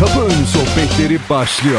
Kapı Önü Sohbetleri başlıyor.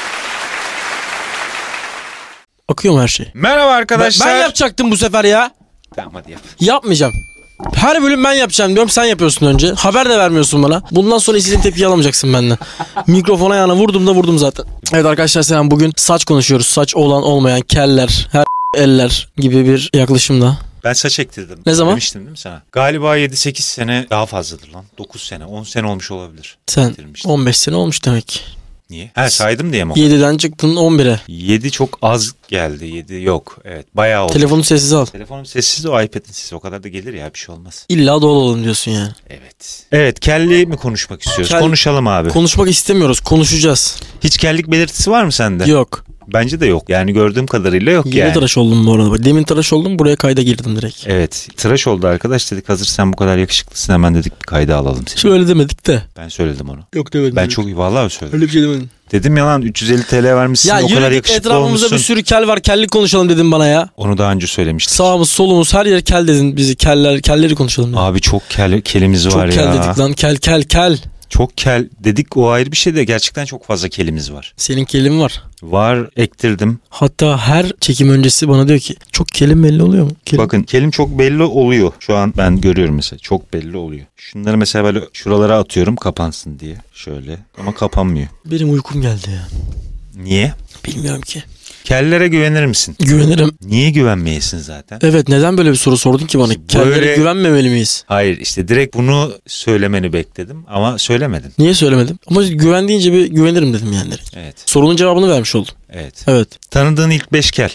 Akıyor mu her şey? Merhaba arkadaşlar. Ben yapacaktım bu sefer ya. Tamam hadi yap. Yapmayacağım. Her bölüm ben yapacağım diyorum, sen yapıyorsun önce. Haber de vermiyorsun bana. Bundan sonra istediğin tepki alamayacaksın benden. Mikrofona ayağına vurdum zaten. Evet arkadaşlar selam, bugün saç konuşuyoruz. Saç olan olmayan, keller, her eller gibi bir yaklaşımla. Ben saç ektirdim. Ne zaman? Demiştim değil mi sana? Galiba 7-8 sene daha fazladır lan. 9 sene 10 sene olmuş olabilir. Sen Ektirmiştim. 15 sene olmuş demek. Niye? He saydım diye mi? 7'den çıktın 11'e. 7 çok az geldi. 7 yok. Evet bayağı oldu. Telefonu sessiz al. Telefonum sessiz, o iPad'in sesi. O kadar da gelir ya, bir şey olmaz. İlla doğal olalım diyorsun yani. Evet. Evet, kelli mi konuşmak istiyoruz? Konuşalım abi. Konuşmak istemiyoruz, konuşacağız. Hiç kellik belirtisi var mı sende? Yok. Bence de yok. Yani gördüğüm kadarıyla yok Yeni yani. tıraş oldum bu arada. Demin tıraş oldum, buraya kayda girdim direkt. Evet. Tıraş oldu arkadaş, dedik hazır sen bu kadar yakışıklısın hemen dedik bir kayda alalım seni. Şöyle demedik de. Ben söyledim onu. Yok demedim. Ben çok vallahi söyledim. Öyle bir şey demedim. Dedim ya lan 350 TL vermişsin, Ya o kadar yürüdük, yakışıklı etrafımızda olmuşsun. bir sürü kel var, kelli konuşalım dedim bana ya. Onu daha önce söylemiştik. Sağımız solumuz her yer kel dedin, bizi kelleri konuşalım dedim. Abi çok kelimiz var ya. Çok kel dedik lan, kel. Çok kel dedik, o ayrı bir şey de gerçekten çok fazla kelimiz var. Senin kelin var. Var, ektirdim. Hatta her çekim öncesi bana diyor ki çok kelim belli oluyor mu? Kelim. Bakın kelim çok belli oluyor. Şu an ben görüyorum mesela, çok belli oluyor. Şunları mesela böyle şuralara atıyorum kapansın diye. Şöyle ama kapanmıyor. Benim uykum geldi ya. Niye? Bilmiyorum ki. Kellere güvenir misin? Güvenirim. Niye güvenmeyesin zaten? Evet, neden böyle bir soru sordun ki bana? Kellere Böyle... güvenmemeli miyiz? Hayır işte direkt bunu söylemeni bekledim ama söylemedin. Niye söylemedim? Ama güven deyince bir güvenirim dedim yani. Evet. Sorunun cevabını vermiş oldum. Evet. Evet. Tanıdığın ilk 5 kel.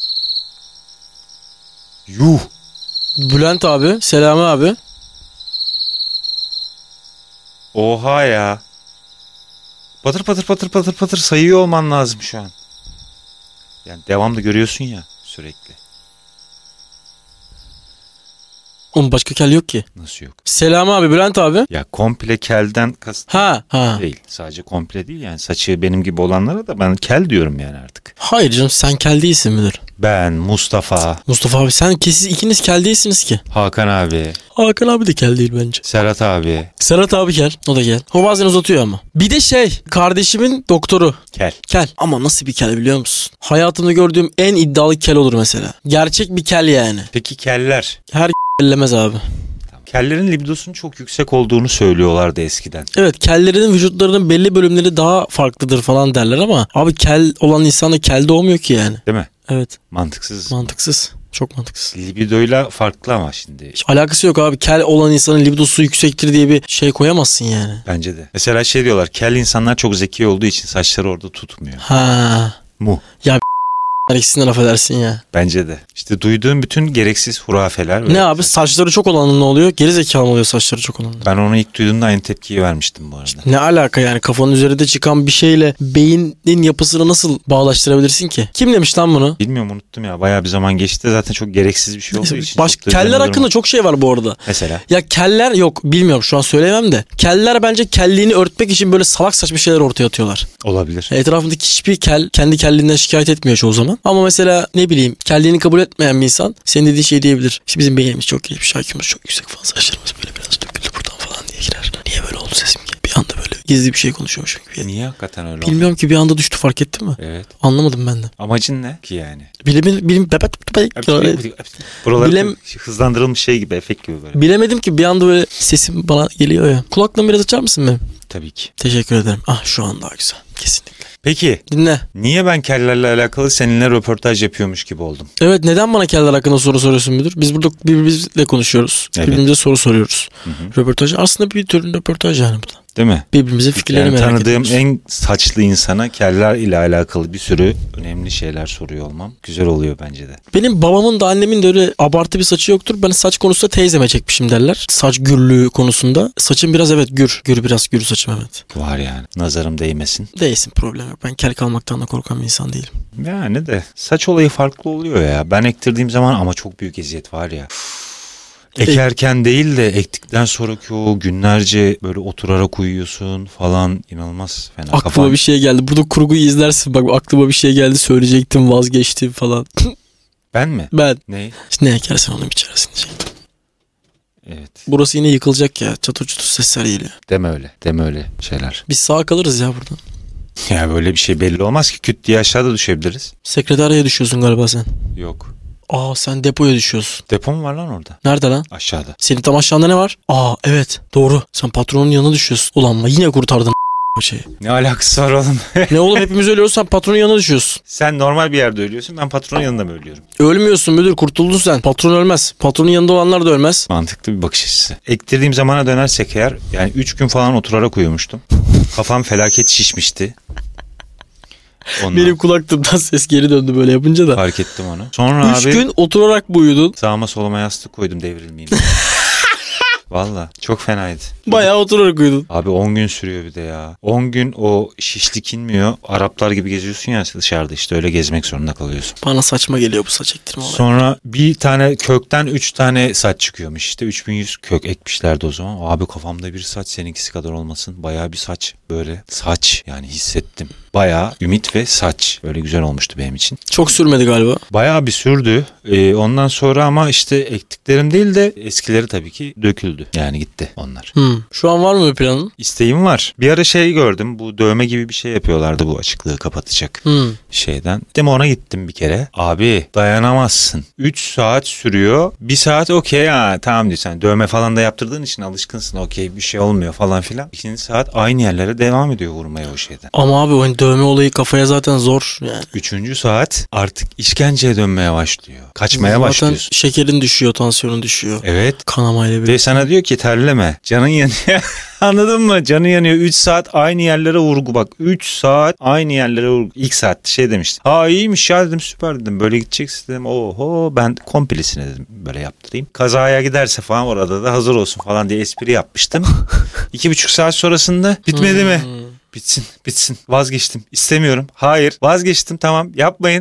Yuh. Bülent abi, Selami abi. Oha ya. Patır sayıyor olman lazım şu an. Yani devamlı görüyorsun ya sürekli. Onun başka kel yok ki. Nasıl yok? Selami abi, Bülent abi. Ya komple kelden kast Ha. değil. Sadece komple değil yani, saçı benim gibi olanlara da ben kel diyorum yani artık. Hayır canım, sen kel değilsin müdür. Ben, Mustafa, Mustafa abi, sen siz ikiniz kel değilsiniz ki. Hakan abi, Hakan abi de kel değil bence. Serhat abi. Serhat abi kel. O da kel. O bazen uzatıyor ama. Bir de kardeşimin doktoru. Kel. Kel. Ama nasıl bir kel biliyor musun? Hayatımda gördüğüm en iddialı kel olur mesela. Gerçek bir kel yani. Peki keller? Her ellemez abi. Kellerin libidosunun çok yüksek olduğunu söylüyorlardı eskiden. Evet, kellerinin vücutlarının belli bölümleri daha farklıdır falan derler ama abi kel olan insan da kel doğmuyor ki yani. Değil mi? Evet. Mantıksız. Mantıksız. Çok mantıksız. Libidoyla farklı ama şimdi. Hiç alakası yok abi. Kel olan insanın libidosu yüksektir diye bir şey koyamazsın yani. Bence de. Mesela diyorlar, kel insanlar çok zeki olduğu için saçları orada tutmuyor. Ha. Mu. Ya ikisinden affedersin ya. Bence de. İşte duyduğum bütün gereksiz hurafeler. Ne abi, saçları çok olanın ne oluyor? Geri zekalı mı oluyor saçları çok olanın? Ben onu ilk duyduğumda aynı tepkiyi vermiştim bu arada. Ne alaka yani, kafanın üzerinde çıkan bir şeyle beynin yapısını nasıl bağlaştırabilirsin ki? Kim demiş lan bunu? Bilmiyorum, unuttum ya. Bayağı bir zaman geçti. Zaten çok gereksiz bir şey olduğu için. Keller hakkında çok şey var bu arada. Mesela? Ya keller yok, bilmiyorum şu an söyleyemem de. Keller bence kelliğini örtmek için böyle salak saçma şeyler ortaya atıyorlar. Olabilir. Etrafındaki hiçbir kel kendi kelliğinden şikayet etmiyor çoğu zaman. Ama mesela ne bileyim, kelliğini kabul etmeyen bir insan senin dediğin şey diyebilir. İşte bizim beynimiz çok gelişmiş, IQ'muz çok yüksek falan, saçlarımız böyle biraz döküldü buradan falan diye girer. Niye böyle oldu sesim ki? Bir anda böyle gizli bir şey konuşuyormuşum gibi. Niye hakikaten öyle oldu? Bilmiyorum ki, bir anda düştü, fark ettin mi? Evet. Anlamadım ben de. Amacın ne ki yani? Buralar hızlandırılmış şey gibi, efekt gibi böyle. Bilemedim ki, bir anda böyle sesim bana geliyor ya. Kulaklığını biraz açar mısın benim? Tabii ki. Teşekkür ederim. Ah, şu an daha güzel. Kesinlikle. Peki. Dinle. Niye ben kellerle alakalı seninle röportaj yapıyormuş gibi oldum? Evet, neden bana keller hakkında soru soruyorsun müdür? Biz burada birbirimizle konuşuyoruz. Evet. Birbirimize soru soruyoruz. Röportaj aslında bir tür röportaj yani bu da. Değil mi? Birbirimizin fikirlerini merak ediyoruz. Tanıdığım en saçlı insana keller ile alakalı bir sürü önemli şeyler soruyor olmam güzel oluyor bence de. Benim babamın da annemin de öyle abartı bir saçı yoktur. Ben saç konusunda teyzeme çekmişim derler. Saç gürlüğü konusunda. Saçım biraz evet gür. Biraz gür saçım, evet. Var yani. Nazarım değmesin. Değilsin, problem yok. Ben kel kalmaktan da korkan bir insan değilim. Yani de saç olayı farklı oluyor ya. Ben ektirdiğim zaman ama çok büyük eziyet var ya. Ekerken değil de ektikten sonraki o günlerce böyle oturarak uyuyorsun falan, inanılmaz fena. Aklıma bir şey geldi. Burada kurguyu izlersin. Bak, aklıma bir şey geldi, söyleyecektim, vazgeçtim falan. Ben mi? Ben. Ne? İşte ne ekersen onu biçersin diyecektim. Evet. Burası yine yıkılacak ya. Çatır çutur sesler geliyor. Deme öyle şeyler. Biz sağ kalırız ya burada. Ya böyle bir şey belli olmaz ki. Küt diye aşağıda düşebiliriz. Sekreteriye düşüyorsun galiba sen. Yok. Aa sen depoya düşüyorsun. Depo mu var lan orada? Nerede lan? Aşağıda. Senin tam aşağında ne var? Aa evet doğru. Sen patronun yanına düşüyorsun. Ulan yine kurtardın şeyi. Ne alakası var oğlum? Ne oğlum hepimiz ölüyoruz, sen patronun yanına düşüyorsun. Sen normal bir yerde ölüyorsun. Ben patronun yanında mı ölüyorum? Ölmüyorsun müdür, kurtuldun sen. Patron ölmez. Patronun yanında olanlar da ölmez. Mantıklı bir bakış açısı. Ektirdiğim zamana dönersek eğer yani 3 gün falan oturarak uyumuştum. Kafam felaket şişmişti. Ondan Benim kulaklığımdan ses geri döndü böyle yapınca da. fark ettim onu. Sonra 3 abi gün oturarak mı uyudun? sağıma soluma yastık koydum devrilmeyeyim. Valla çok fenaydı. Bayağı oturarak uyudun. Abi 10 gün sürüyor bir de ya. 10 gün o şişlik inmiyor. Araplar gibi geziyorsun ya dışarıda, işte öyle gezmek zorunda kalıyorsun. Bana saçma geliyor bu saç ektirme olayı. Sonra bir tane kökten 3 tane saç çıkıyormuş işte. 3100 kök ekmişlerdi o zaman. Abi kafamda bir saç, seninkisi kadar olmasın. Bayağı bir saç, böyle saç yani hissettim. Bayağı ümit ve saç. Böyle güzel olmuştu benim için. Çok sürmedi galiba. Bayağı bir sürdü. Ondan sonra ama işte ektiklerim değil de eskileri tabii ki döküldü. Yani gitti onlar. Şu an var mı bir planın? İsteğim var. Bir ara şey gördüm. Bu dövme gibi bir şey yapıyorlardı, bu açıklığı kapatacak şeyden. Dedim ona gittim bir kere. Abi dayanamazsın. 3 saat sürüyor. 1 saat okey ha tamam diyor, sen dövme falan da yaptırdığın için alışkınsın, okey bir şey olmuyor falan filan. 2. saat aynı yerlere devam ediyor vurmaya o şeyden. Ama abi o dövme olayı kafaya zaten zor yani. 3. saat artık işkenceye dönmeye başlıyor. Kaçmaya Zaten başlıyorsun. şekerin düşüyor, tansiyonun düşüyor. Evet. Kanamayla bir. Ve sana diyor ki terleme. Canın yanıyor. Anladın mı? Canın yanıyor. 3 saat aynı yerlere vurgu bak. 3 saat aynı yerlere vurgu. İlk saatte şey demişti. Ha iyiymiş ya dedim, süper dedim. Böyle gideceksin dedim. Oho ben komplesine dedim böyle yaptırayım. Kazaya giderse falan orada da hazır olsun falan diye espri yapmıştım. 2,5 saat sonrasında bitmedi mi? Bitsin. Vazgeçtim. İstemiyorum. Hayır. Vazgeçtim. Tamam. Yapmayın.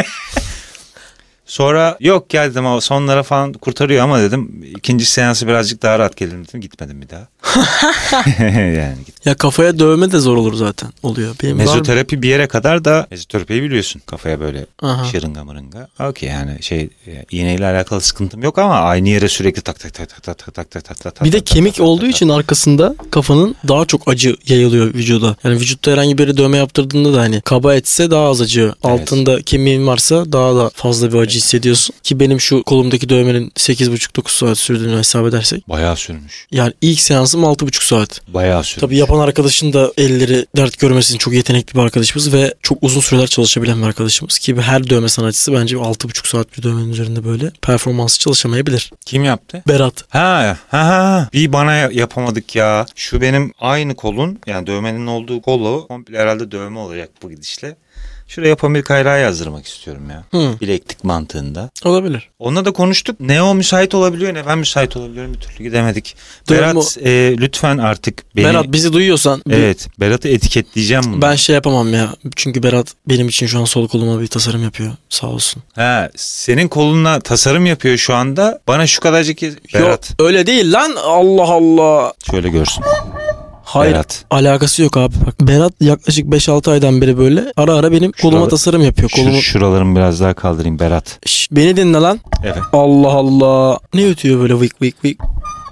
Sonra yok ya dedim, ama sonlara falan kurtarıyor ama dedim 2. seansı birazcık daha rahat gelelim dedim. Gitmedim bir daha. Yani Ya kafaya dövme de zor olur zaten. Oluyor. Benim mezoterapi bir yere kadar da, mezoterapiyi biliyorsun. Kafaya böyle Aha. şırınga mırınga. Okey yani iğneyle alakalı sıkıntım yok ama aynı yere sürekli tak tak tak tak tak tak tak tak tak tak. Bir de kemik olduğu için arkasında kafanın daha çok acı yayılıyor vücuda. Yani vücutta herhangi bir yere dövme yaptırdığında da hani kaba etse daha az acıyor. Evet. Altında kemiğin varsa daha da fazla bir acı hissediyorsun. Ki benim şu kolumdaki dövmenin 8,5-9 saat sürdüğünü hesap edersek. Bayağı sürmüş. Yani ilk seansım 6,5 saat. Bayağı sürmüş. Tabii yapan arkadaşın da elleri dert görmesin, çok yetenekli bir arkadaşımız ve çok uzun süreler çalışabilen bir arkadaşımız. Ki her dövme sanatçısı bence 6,5 saat bir dövmenin üzerinde böyle performansı çalışamayabilir. Kim yaptı? Berat. Ha. Bir bana yapamadık ya. Şu benim aynı kolun, yani dövmenin olduğu kolu komple herhalde dövme olacak bu gidişle. Şuraya pamir kayrağı yazdırmak istiyorum ya. Bileklik mantığında. Olabilir. Onunla da konuştuk. Ne o müsait olabiliyor ne ben müsait olabiliyorum. Bir türlü gidemedik. Dövme Berat lütfen artık beni... Berat bizi duyuyorsan. Evet. Berat'ı etiketleyeceğim bunu. Ben şey yapamam ya. Çünkü Berat benim için şu an sol koluma bir tasarım yapıyor. Sağ olsun. Senin kolunla tasarım yapıyor şu anda. Bana şu kadarcık Berat. Yok öyle değil lan. Allah Allah. Şöyle görsün. Hayır. Berat. Alakası yok abi. Bak Berat yaklaşık 5-6 aydan beri böyle ara ara benim koluma tasarım yapıyor. Şuralarımı biraz daha kaldırayım Berat. Beni dinle lan. Evet. Allah Allah. Ne ötüyor böyle vık vık vık.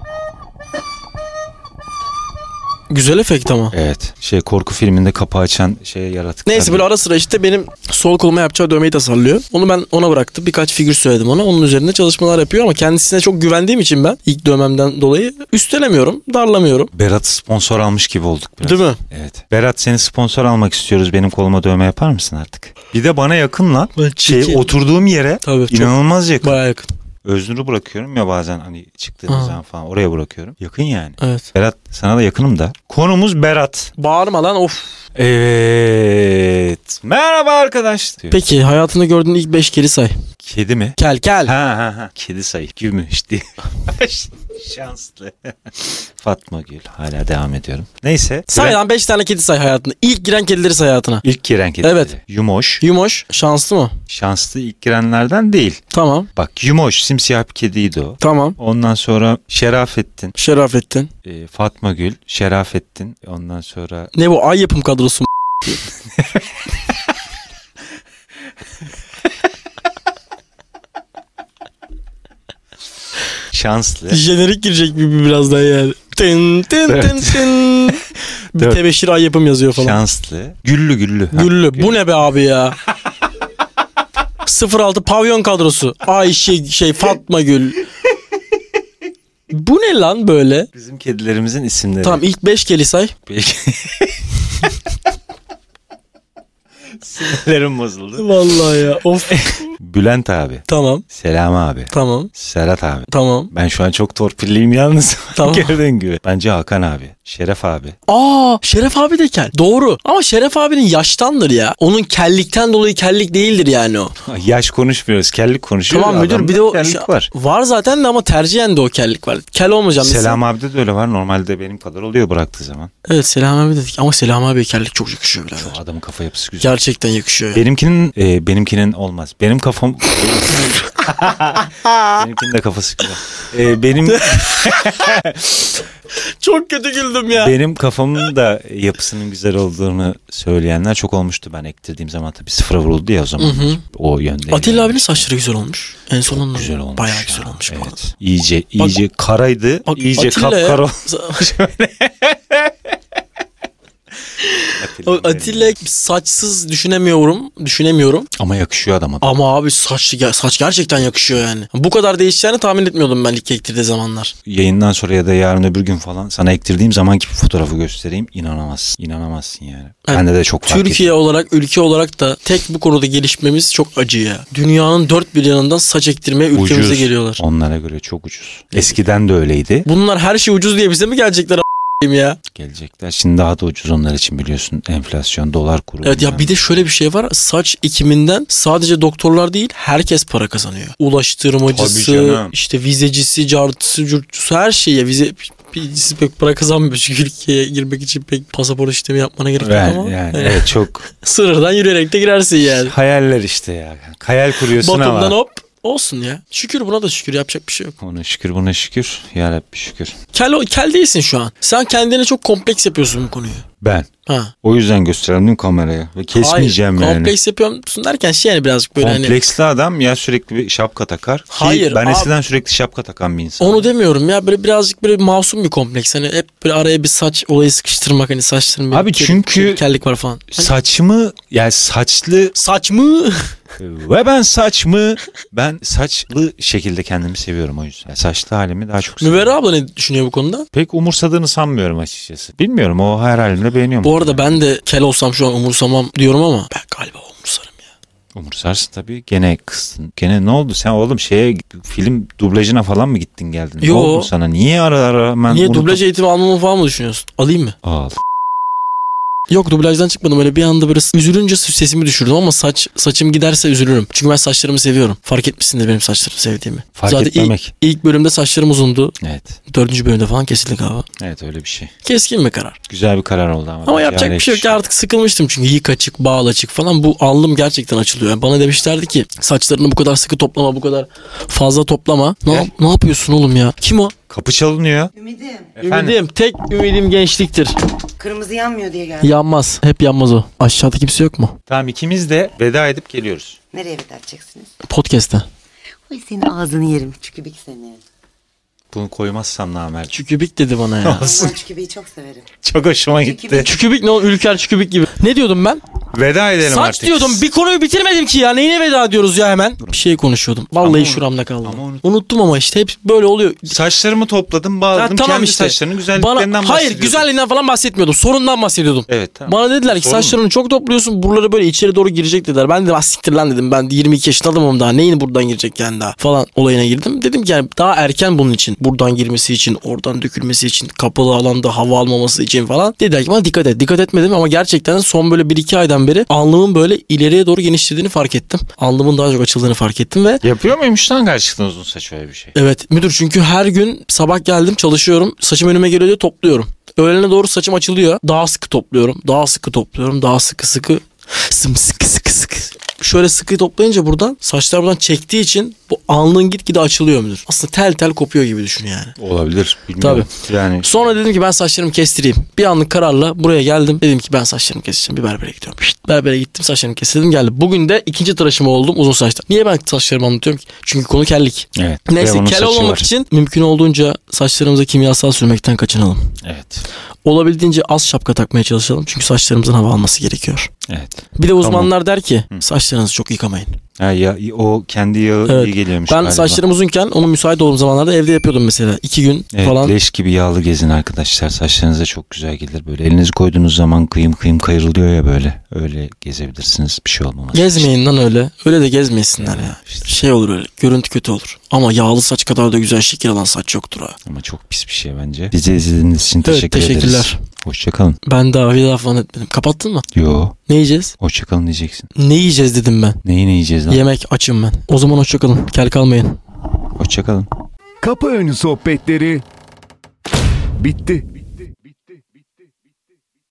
Güzel efekt ama. Evet. Korku filminde kapı açan yaratıklar. Neyse böyle ara sıra işte benim sol koluma yapacağı dövmeyi tasarlıyor. Onu ben ona bıraktım. Birkaç figür söyledim ona. Onun üzerinde çalışmalar yapıyor ama kendisine çok güvendiğim için ben ilk dövmemden dolayı üstelemiyorum, darlamıyorum. Berat'ı sponsor almış gibi olduk biraz. Değil mi? Evet. Berat seni sponsor almak istiyoruz. Benim koluma dövme yapar mısın artık? Bir de bana yakın lan. Oturduğum yere tabii, inanılmaz yakın. Bayağı yakın. Öznur'u bırakıyorum ya bazen hani çıktığımız zaman falan oraya bırakıyorum. Yakın yani. Evet. Berat sana da yakınım da. Konumuz Berat. Bağırma lan of. Evet. Merhaba arkadaş. Peki hayatında gördüğün ilk 5 kedi say. Kedi mi? Kel. Ha. Kedi sayı. Gümüş diye. Şanslı. Fatma Gül. Hala devam ediyorum. Neyse. Say lan 5 tane kedi say hayatında. İlk giren kedileri say hayatına. İlk giren kedileri. Evet. Yumoş. Şanslı mı? Şanslı ilk girenlerden değil. Tamam. Bak Yumoş simsiyah bir kediydi o. Tamam. Ondan sonra Şerafettin. Fatma Gül. Şerafettin. Ondan sonra... Ne bu ay yapım kadrosu mu? Şanslı. Jenerik girecek gibi birazdan yani. Tın tın Evet. tın tın. Bir Dört. tebeşir ay yapım yazıyor falan. Şanslı. Güllü. Ha, Güllü. Bu ne be abi ya? 06 pavyon kadrosu. Ayşe Fatma Gül. Bu ne lan böyle? Bizim kedilerimizin isimleri. Tamam ilk 5 keli say. Peki. Sinirlerim bozuldu. Vallahi ya. Of. Bülent abi. Tamam. Selam abi. Tamam. Serhat abi. Tamam. Ben şu an çok torpilliyim yalnız. Tamam. Gördüğün gibi. Bence Hakan abi. Şeref abi. Aa, Şeref abi de kel. Doğru. Ama Şeref abinin yaştandır ya. Onun kellikten dolayı kellik değildir yani o. Yaş konuşmuyoruz. Kellik konuşuyoruz. Tamam müdür Adamda bir de o kellik var. var zaten de ama tercihen de o kellik var. Kel olmayacağım. Selam abide de öyle var. Normalde benim kadar oluyor bıraktığı zaman. Evet Selam abi dedik ama Selam abi kellik çok yakışıyor birader. O adamın kafa yapısı güzel. Gerçekten yakışıyor. Benimkinin olmaz. Benim kafam... Benimkinin de kafası güzel. Çok kötü güldüm ya. Benim kafamın da yapısının güzel olduğunu söyleyenler çok olmuştu. Ben ektirdiğim zaman tabii sıfıra vuruldu ya o zaman. Hı hı. O yönde. Atilla abinin saçları güzel olmuş. En son onun güzel olmuş. bayağı ya. güzel olmuş bu arada. Evet. İyice karaydı. Bak, İyice Atilla'ya- kapkara olmuş. Atilla saçsız düşünemiyorum. Ama yakışıyor adama. Ama abi saç gerçekten yakışıyor yani. Bu kadar değişeceğini tahmin etmiyordum ben ilk ektirdiği zamanlar. Yayından sonra ya da yarın öbür gün falan sana ektirdiğim zamanki bir fotoğrafı göstereyim. İnanamazsın yani. Yani Bende de çok fark Türkiye ediyor. olarak, ülke olarak da tek bu konuda gelişmemiz çok acı ya. Dünyanın dört bir yanından saç ektirmeye ülkemize Ucuz. geliyorlar. Onlara göre çok ucuz. Eskiden de öyleydi. Bunlar her şey ucuz diye bize mi gelecekler a**ayım ya? Gelecekler. Şimdi daha da ucuz onlar için biliyorsun. Enflasyon, dolar kuru. Evet ya bir de şöyle bir şey var. Saç ekiminden sadece doktorlar değil herkes para kazanıyor. Tabii Ulaştırmacısı, canım. işte vizecisi, cartısı, curtçusu her şeye vizesi pek para kazanmıyor. Çünkü ülkeye girmek için pek pasaport işlemi yapmana gerek yok ama. Yani evet çok Sınırdan yürüyerek de girersin yani. hayaller işte ya. Hayal kuruyorsun Batımdan ama. hop olsun ya. Şükür buna da şükür yapacak bir şey yok. Ona şükür buna şükür. Yarabbi şükür. Kel değilsin şu an. Sen kendine çok kompleks yapıyorsun bu konuyu. Ben. Ha. O yüzden gösterelim kameraya. Ve kesmeyeceğim Hayır, yani. kompleks yapıyorsun derken şey yani birazcık böyle hani. Kompleksli adam ya sürekli bir şapka takar. Ki Hayır, ben abi- eskiden sürekli şapka takan bir insanım. Onu demiyorum ya böyle birazcık böyle masum bir kompleks. Hani hep böyle araya bir saç olayı sıkıştırmak hani saçların bir Abi çünkü- kellik var falan. Hani Saçımı yani saçlı saç mı? ve ben saçlı şekilde kendimi seviyorum o yüzden. Yani saçlı halimi daha çok seviyorum. Müberra abla ne düşünüyor bu konuda? Pek umursadığını sanmıyorum açıkçası. Bilmiyorum o her halimle beğeniyorum. Bu arada ben de kel olsam şu an umursamam diyorum ama ben galiba umursarım ya. Umursarsın tabii. Gene kıstın. Gene ne oldu? Sen oğlum film dublajına falan mı gittin geldin? Yo. Ne oldu sana? Niye ara hemen Niye unutup- dublaj eğitimi almamı falan mı düşünüyorsun? Alayım mı? Al. Yok dublajdan çıkmadım öyle bir anda böyle üzülünce sesimi düşürdüm ama saçım giderse üzülürüm. Çünkü ben saçlarımı seviyorum. Fark etmişsindir benim saçlarımı sevdiğimi. Fark Zaten etmemek. ilk bölümde saçlarım uzundu. Evet. 4. bölümde falan kesildi galiba. Evet öyle bir şey. Keskin bir karar. Güzel bir karar oldu ama. Ama yapacak bir şey yok ya artık sıkılmıştım çünkü yık açık, bağıl açık falan bu alnım gerçekten açılıyor. Yani bana demişlerdi ki saçlarını bu kadar sıkı toplama, bu kadar fazla toplama. Ne yapıyorsun oğlum ya? Kim o? Kapı çalınıyor. Ümidim. Ümidim, tek ümidim gençliktir. Kırmızı yanmıyor diye geldim. Yanmaz, hep yanmaz o. Aşağıda kimse yok mu? Tamam ikimiz de veda edip geliyoruz. Nereye veda edeceksiniz? Podcast'te. Oy senin ağzını yerim. Çükübük seni. Bunu koymazsam namert. Çükübik dedi bana ya. Ben çükübüğü çok severim. Çok hoşuma gitti. Çükübik ne oğlum? Ülker çükübik gibi. Ne diyordum ben? Veda edelim Saç artık. diyordum. Bir konuyu bitirmedim ki ya. Neyine veda ediyoruz ya hemen? Bir şey konuşuyordum. Vallahi şuramda kaldı. Unuttum ama işte hep böyle oluyor. Saçlarımı topladım bağladım. Ha, tamam Kendi işte. saçlarının güzelliklerinden bahsediyordum. Hayır güzelliğinden falan bahsetmiyordum. Sorundan bahsediyordum. Evet tamam. Bana dediler ki Sorun mu? saçlarını çok topluyorsun. Buraları böyle içeri doğru girecek dediler. Ben de siktir lan dedim. Ben 22 yaşında adamım daha. Neyini buradan girecek yani daha falan olayına girdim. Dedim ki yani daha erken bunun için. Buradan girmesi için, oradan dökülmesi için, kapalı alanda hava almaması için falan. Dediler ki bana dikkat et. Dikkat etmedim ama gerçekten son böyle 1-2 aydan beri alnımın böyle ileriye doğru genişlediğini fark ettim. Alnımın daha çok açıldığını fark ettim ve Yapıyor muymuş lan gerçekten uzun saç öyle bir şey? evet müdür çünkü her gün sabah geldim çalışıyorum. Saçım önüme geliyor diye topluyorum. Öğlene doğru saçım açılıyor. Daha sıkı topluyorum. Daha sıkı topluyorum. Daha sıkı. Sımsıkı sıkı. şöyle sıkı toplayınca buradan saçlar buradan çektiği için bu alnın gitgide açılıyor mudur? Aslında tel tel kopuyor gibi düşün yani. Olabilir. Bilmiyorum. Yani Sonra dedim ki ben saçlarımı kestireyim. Bir anlık kararla buraya geldim. Dedim ki ben saçlarımı keseceğim. Bir berbere gidiyorum. Berbere gittim, saçlarımı kestirdim, geldim. Bugün de ikinci tıraşım oldum uzun saçta. Niye ben saçlarımı anlatıyorum ki? Çünkü konu kellik. evet. Neyse, Ve onun kel saçı olmamak var. için mümkün olduğunca saçlarımıza kimyasal sürmekten kaçınalım. Evet. Olabildiğince az şapka takmaya çalışalım. Çünkü saçlarımızın hava alması gerekiyor. Evet. Bir de uzmanlar der ki saçlarınızı çok yıkamayın. Ha, o kendi yağı Evet. iyi geliyormuş Ben galiba. saçlarım uzunken onu müsait olduğum zamanlarda evde yapıyordum mesela. 2 gün Evet, falan. leş gibi yağlı gezin arkadaşlar. Saçlarınıza çok güzel gelir. Böyle elinizi koyduğunuz zaman kıyım kıyım kayırılıyor ya böyle. Öyle gezebilirsiniz. Bir şey olmaz. Gezmeyin lan öyle. Öyle de gezmesinler ya. işte. Şey olur öyle. Görüntü kötü olur. Ama yağlı saç kadar da güzel şekil alan saç yoktur ha. Ama çok pis bir şey bence. Bizi izlediğiniz için Evet, teşekkür ederiz. teşekkürler. Hoşçakalın. Ben daha falan etmedim. Kapattın mı? Yo. Ne yiyeceğiz? Hoşçakalın diyeceksin. Ne yiyeceğiz dedim ben. Neyi ne yiyeceğiz lan? Yemek, açım ben. O zaman hoşçakalın. Kel kalmayın. Hoşçakalın. Kapı önü sohbetleri bitti.